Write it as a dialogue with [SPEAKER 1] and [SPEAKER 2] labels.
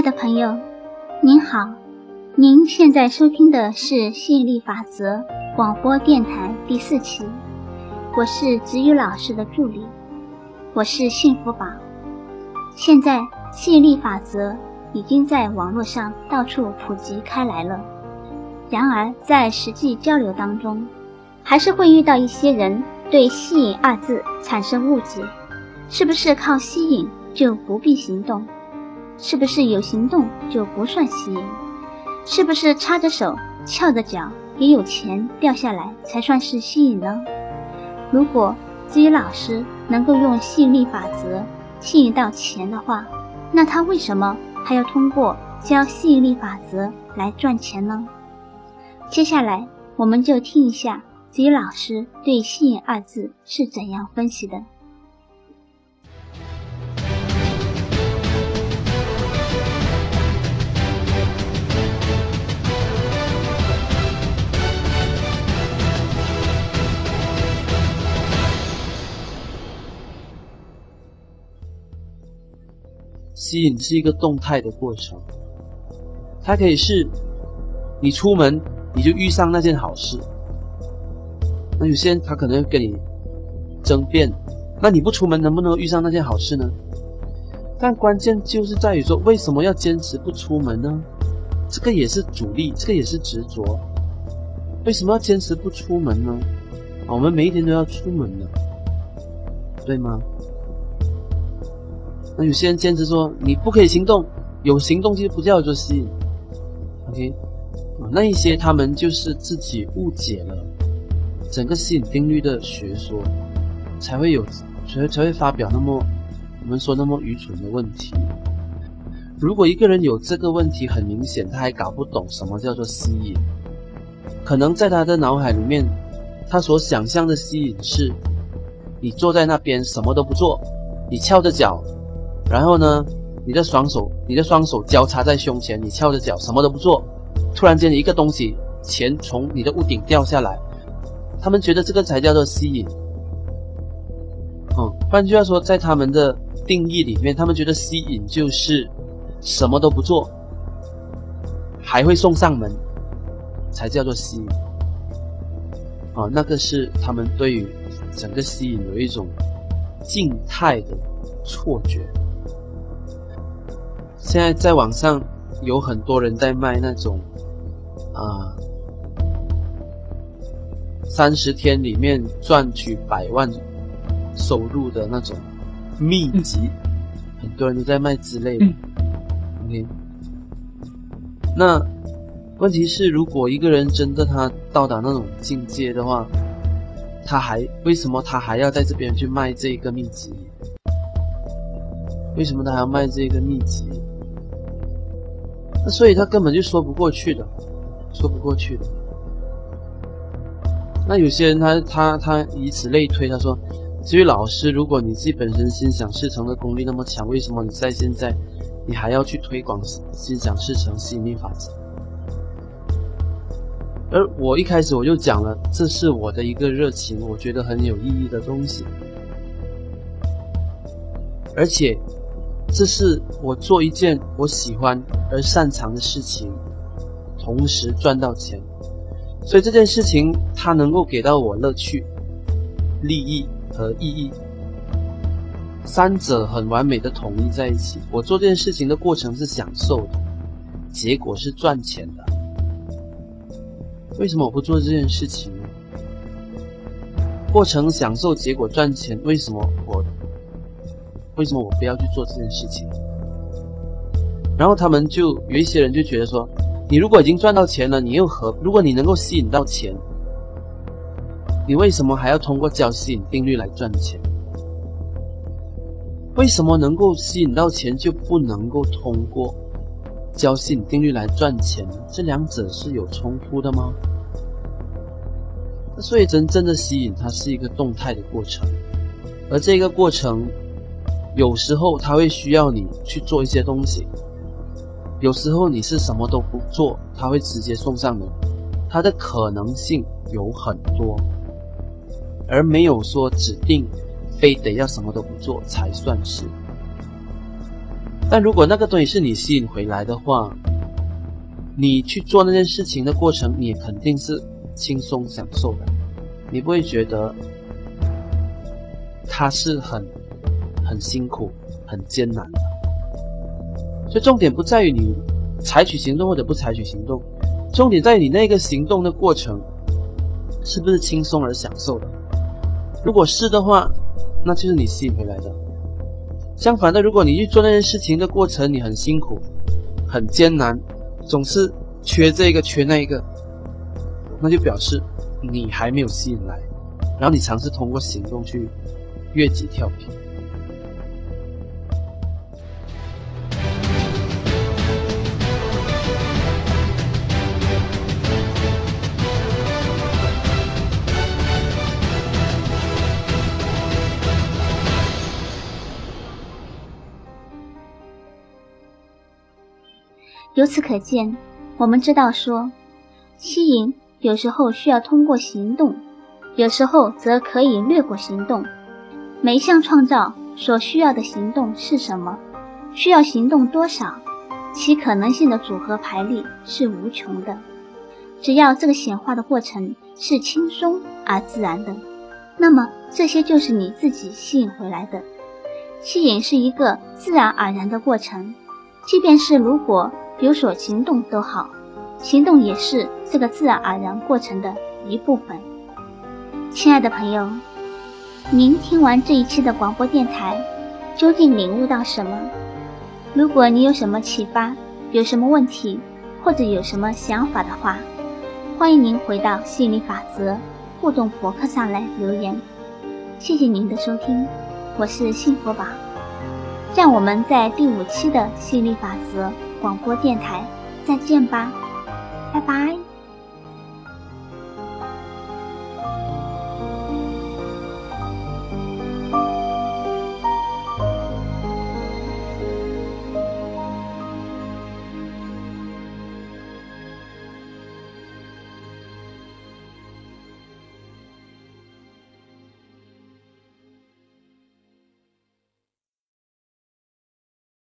[SPEAKER 1] 的朋友，您好，您现在收听的是吸引力法则广播电台第4期，我是子宇老师的助理，我是幸福宝。现在吸引力法则已经在网络上到处普及开来了，然而在实际交流当中，还是会遇到一些人对吸引2字产生误解，是不是靠吸引就不必行动？是不是有行动就不算吸引？是不是插着手翘着脚也有钱掉下来才算是吸引呢？如果子宇老师能够用吸引力法则吸引到钱的话，那他为什么还要通过教吸引力法则来赚钱呢？接下来我们就听一下子宇老师对吸引2字是怎样分析的。
[SPEAKER 2] 吸引是一个动态的过程，它可以是你出门你就遇上那件好事，那有些人他可能会跟你争辩，那你不出门能不能遇上那件好事呢？但关键就是在于说，为什么要坚持不出门呢？这个也是阻力，这个也是执着。为什么要坚持不出门呢？我们每一天都要出门的，对吗？那有些人坚持说你不可以行动，有行动就不叫做吸引。 OK， 那一些他们就是自己误解了整个吸引定律的学说，才会发表那么我们说那么愚蠢的问题。如果一个人有这个问题，很明显他还搞不懂什么叫做吸引，可能在他的脑海里面，他所想象的吸引是你坐在那边什么都不做，你翘着脚，然后呢你的双手交叉在胸前，你翘着脚什么都不做，突然间一个东西钱从你的屋顶掉下来，他们觉得这个才叫做吸引。换句话说，在他们的定义里面，他们觉得吸引就是什么都不做还会送上门才叫做吸引。那个是他们对于整个吸引有一种静态的错觉。现在在网上有很多人在卖那种30天里面赚取100万收入的那种秘籍，很多人都在卖之类的。OK， 那问题是，如果一个人真的他到达那种境界的话，为什么他还要在这边去卖这个秘籍？为什么他还要卖这个秘籍？那所以他根本就说不过去的。那有些人他以此类推，他说，至于老师，如果你自己本身心想事成的功力那么强，为什么你在现在你还要去推广心想事成吸引力法则？而我一开始我就讲了，这是我的一个热情，我觉得很有意义的东西，而且这是我做一件我喜欢而擅长的事情，同时赚到钱，所以这件事情它能够给到我乐趣、利益和意义，三者很完美的统一在一起。我做这件事情的过程是享受的，结果是赚钱的。为什么我不做这件事情呢？过程享受，结果赚钱，为什么我不要去做这件事情？然后他们就有一些人就觉得说，你如果已经赚到钱了，如果你能够吸引到钱，你为什么还要通过教吸引定律来赚钱？为什么能够吸引到钱就不能够通过教吸引定律来赚钱呢？这两者是有冲突的吗？所以真正的吸引它是一个动态的过程，而这个过程有时候它会需要你去做一些东西，有时候你是什么都不做，它会直接送上门，它的可能性有很多，而没有说指定非得要什么都不做才算是。 但如果那个东西是你吸引回来的话，你去做那件事情的过程，你也肯定是轻松享受的，你不会觉得它是很辛苦、很艰难的。所以重点不在于你采取行动或者不采取行动，重点在于你那个行动的过程是不是轻松而享受的。如果是的话，那就是你吸引回来的。相反的，如果你去做那件事情的过程你很辛苦、很艰难，总是缺这个缺那个，那就表示你还没有吸引来，然后你尝试通过行动去越级跳皮。
[SPEAKER 1] 由此可见，我们知道说，吸引有时候需要通过行动，有时候则可以略过行动。每一项创造所需要的行动是什么，需要行动多少，其可能性的组合排列是无穷的。只要这个显化的过程是轻松而自然的，那么这些就是你自己吸引回来的。吸引是一个自然而然的过程，即便是如果有所行动都好，行动也是这个自然而然过程的一部分。亲爱的朋友，您听完这一期的广播电台，究竟领悟到什么？如果你有什么启发，有什么问题，或者有什么想法的话，欢迎您回到吸引力法则互动博客上来留言。谢谢您的收听，我是幸福宝，让我们在第5期的吸引力法则广播电台再见吧，拜拜。